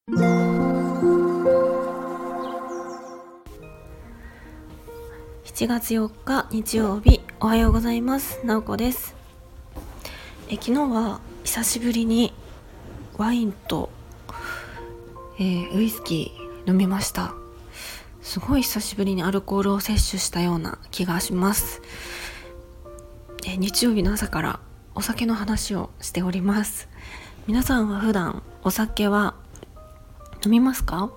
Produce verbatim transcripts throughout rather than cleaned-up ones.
しちがつよっか日曜日、おはようございます。なおこです。え昨日は久しぶりにワインと、えー、ウイスキー飲みました。すごい久しぶりにアルコールを摂取したような気がします。え日曜日の朝からお酒の話をしております。皆さんは普段お酒は飲みますか？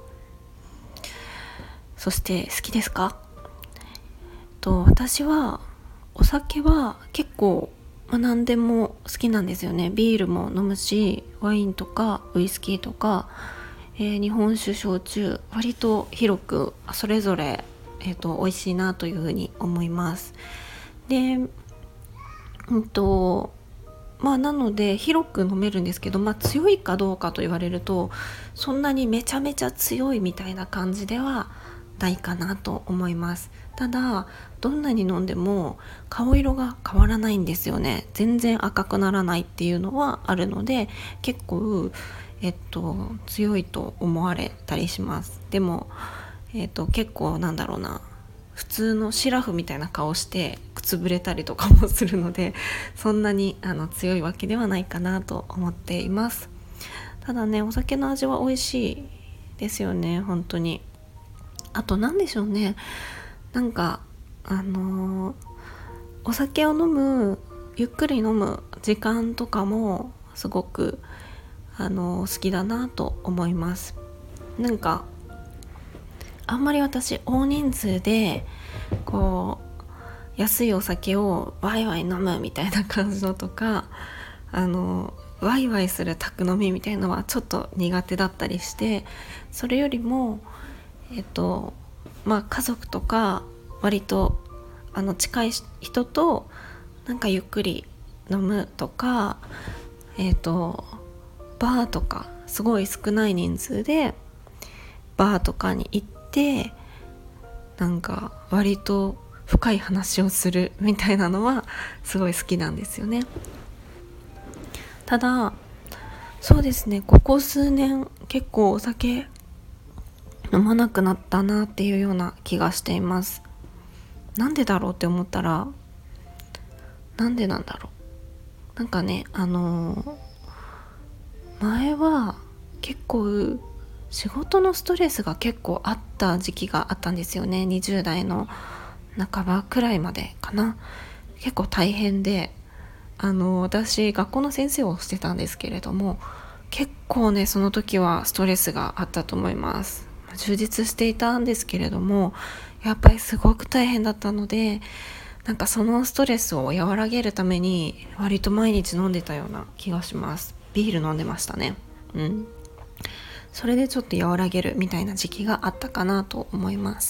そして好きですか？と私はお酒は結構、まあ、何でも好きなんですよね。ビールも飲むし、ワインとかウイスキーとか、えー、日本酒、焼酎、割と広くそれぞれ、えーと、美味しいなというふうに思います。で、うんとまあなので広く飲めるんですけど、まあ強いかどうかと言われるとそんなにめちゃめちゃ強いみたいな感じではないかなと思います。ただどんなに飲んでも顔色が変わらないんですよね。全然赤くならないっていうのはあるので、結構えっと強いと思われたりします。でもえっと結構なんだろうな、普通のシラフみたいな顔してくつぶれたりとかもするので、そんなにあの強いわけではないかなと思っています。ただね、お酒の味は美味しいですよね、本当に。あとなんでしょうね、なんかあのー、お酒を飲むゆっくり飲む時間とかもすごくあのー、好きだなと思います。なんかあんまり私大人数でこう安いお酒をワイワイ飲むみたいな感じのとか、あのワイワイする宅飲みみたいなのはちょっと苦手だったりして、それよりもえっとまあ家族とか割とあの近い人となんかゆっくり飲むとか、えっとバーとかすごい少ない人数でバーとかに行ってでなんか割と深い話をするみたいなのはすごい好きなんですよね。ただそうですね、ここ数年結構お酒飲まなくなったなっていうような気がしています。なんでだろうって思ったら、なんでなんだろう、なんかね、あのー、前は結構仕事のストレスが結構あった時期があったんですよね。にじゅう代の半ばくらいまでかな。結構大変で、あの私学校の先生をしてたんですけれども、結構ねその時はストレスがあったと思います。充実していたんですけれども、やっぱりすごく大変だったので、なんかそのストレスを和らげるために割と毎日飲んでたような気がします。ビール飲んでましたね。うんそれでちょっと和らげるみたいな時期があったかなと思います。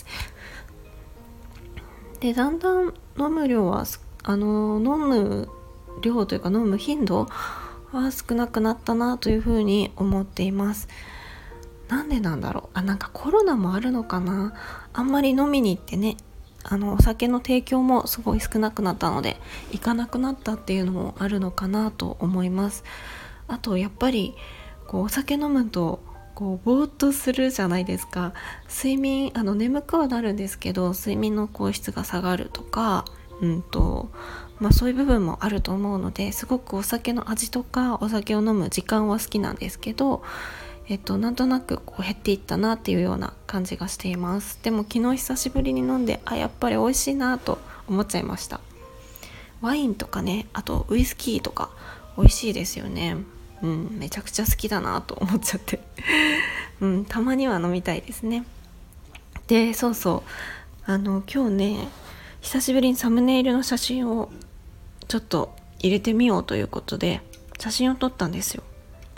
でだんだん飲む量はあの飲む量というか飲む頻度は少なくなったなというふうに思っています。なんでなんだろう、あなんかコロナもあるのかな。あんまり飲みに行ってね、あのお酒の提供もすごい少なくなったので行かなくなったっていうのもあるのかなと思います。あとやっぱりこうお酒飲むとこうぼーっとするじゃないですか。睡眠あの眠くはなるんですけど、睡眠の質質が下がるとか、うんとまあ、そういう部分もあると思うので、すごくお酒の味とかお酒を飲む時間は好きなんですけど、えっと、なんとなくこう減っていったなっていうような感じがしています。でも昨日久しぶりに飲んで、あやっぱり美味しいなと思っちゃいました。ワインとかね、あとウイスキーとか美味しいですよね。うん、めちゃくちゃ好きだなと思っちゃって、うん、たまには飲みたいですね。で、そうそう、あの今日ね、久しぶりにサムネイルの写真をちょっと入れてみようということで写真を撮ったんですよ。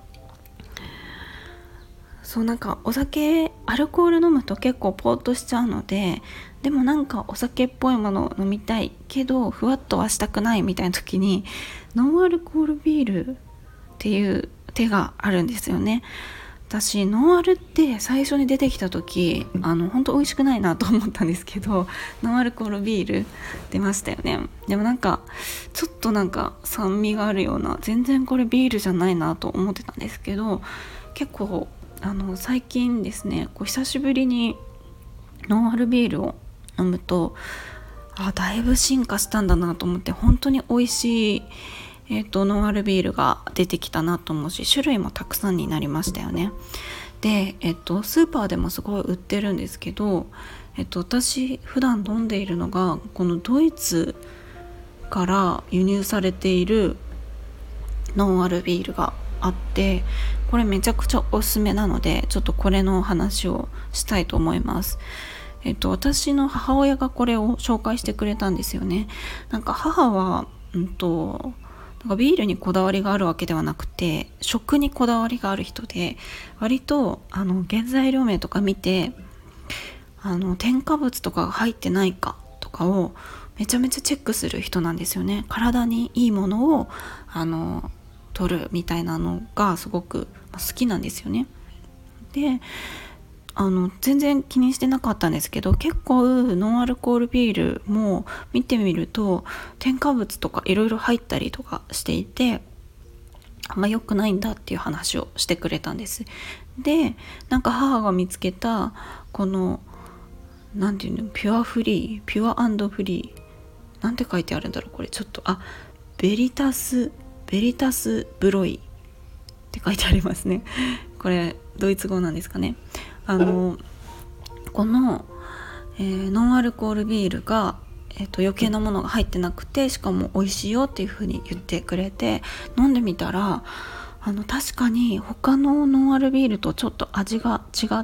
そうなんかお酒アルコール飲むと結構ポーっとしちゃうので、でもなんかお酒っぽいものを飲みたいけどふわっとはしたくないみたいな時にノンアルコールビールっていう手があるんですよね。私ノンアルって最初に出てきた時あの本当美味しくないなと思ったんですけど、ノンアルコールビール出ましたよね。でもなんかちょっとなんか酸味があるような、全然これビールじゃないなと思ってたんですけど、結構あの最近ですね、こう久しぶりにノンアルビールを飲むと、あだいぶ進化したんだなと思って、本当に美味しい、えーと、ノンアルビールが出てきたなと思うし、種類もたくさんになりましたよね。で、えっと、スーパーでもすごい売ってるんですけど、えっと、私普段飲んでいるのがこのドイツから輸入されているノンアルビールがあって、これめちゃくちゃおすすめなので、ちょっとこれの話をしたいと思います。えっと、私の母親がこれを紹介してくれたんですよね。なんか母は、うんと、なんかビールにこだわりがあるわけではなくて、食にこだわりがある人で、割とあの原材料名とか見て、あの添加物とかが入ってないかとかをめちゃめちゃチェックする人なんですよね。体にいいものをあの取るみたいなのがすごく好きなんですよね。で、あの全然気にしてなかったんですけど、結構ノンアルコールビールも見てみると添加物とかいろいろ入ったりとかしていて、あんま良くないんだっていう話をしてくれたんです。で、なんか母が見つけたこのなんていうの、ピュアフリー、ピュア&フリー、なんて書いてあるんだろう、これちょっと、あ、ベリタスベリタスブロイって書いてありますね。これドイツ語なんですかね。あのこの、えー、ノンアルコールビールが、えーと、余計なものが入ってなくて、しかも美味しいよっていう風に言ってくれて、飲んでみたら、あの確かに他のノンアルビールとちょっと味が違って、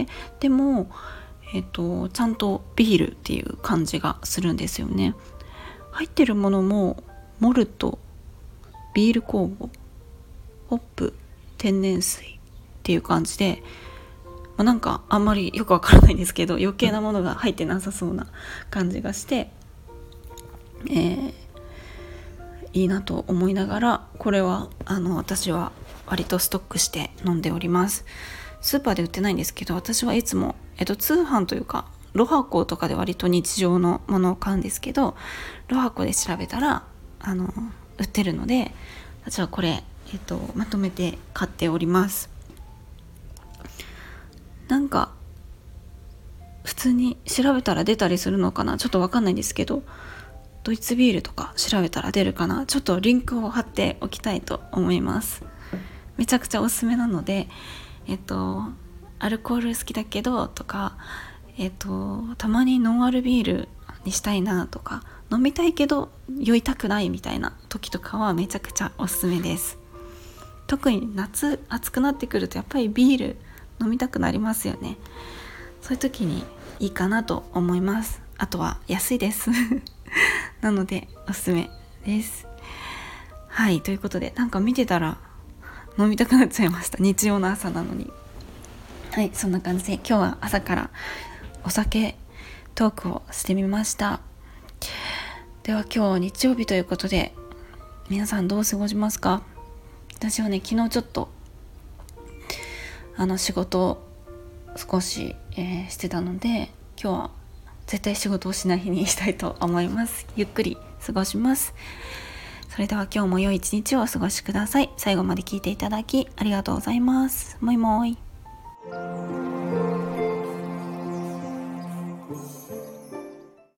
でもえっと、ちゃんとビールっていう感じがするんですよね。入ってるものもモルト、ビール酵母、ホップ、天然水っていう感じで、まあ、なんかあんまりよくわからないんですけど、余計なものが入ってなさそうな感じがして、えー、いいなと思いながら、これはあの私は割とストックして飲んでおります。スーパーで売ってないんですけど、私はいつも、えっと、通販というかロハコとかで割と日常のものを買うんですけど、ロハコで調べたらあの売ってるので、私はこれ、えっと、まとめて買っております。なんか普通に調べたら出たりするのかな、ちょっとわかんないんですけど、ドイツビールとか調べたら出るかな。ちょっとリンクを貼っておきたいと思います。めちゃくちゃおすすめなので、えっとアルコール好きだけどとか、えっとたまにノンアルビールにしたいなとか、飲みたいけど酔いたくないみたいな時とかはめちゃくちゃおすすめです。特に夏暑くなってくるとやっぱりビール飲みたくなりますよね。そういう時にいいかなと思います。あとは安いですなのでおすすめです。はい、ということで、なんか見てたら飲みたくなっちゃいました。日曜の朝なのに。はい、そんな感じで今日は朝からお酒トークをしてみました。では今日日曜日ということで、皆さんどう過ごしますか？私はね、昨日ちょっとあの仕事を少し、えー、してたので、今日は絶対仕事をしない日にしたいと思います。ゆっくり過ごします。それでは今日も良い一日をお過ごしください。最後まで聞いていただきありがとうございます。もいもい。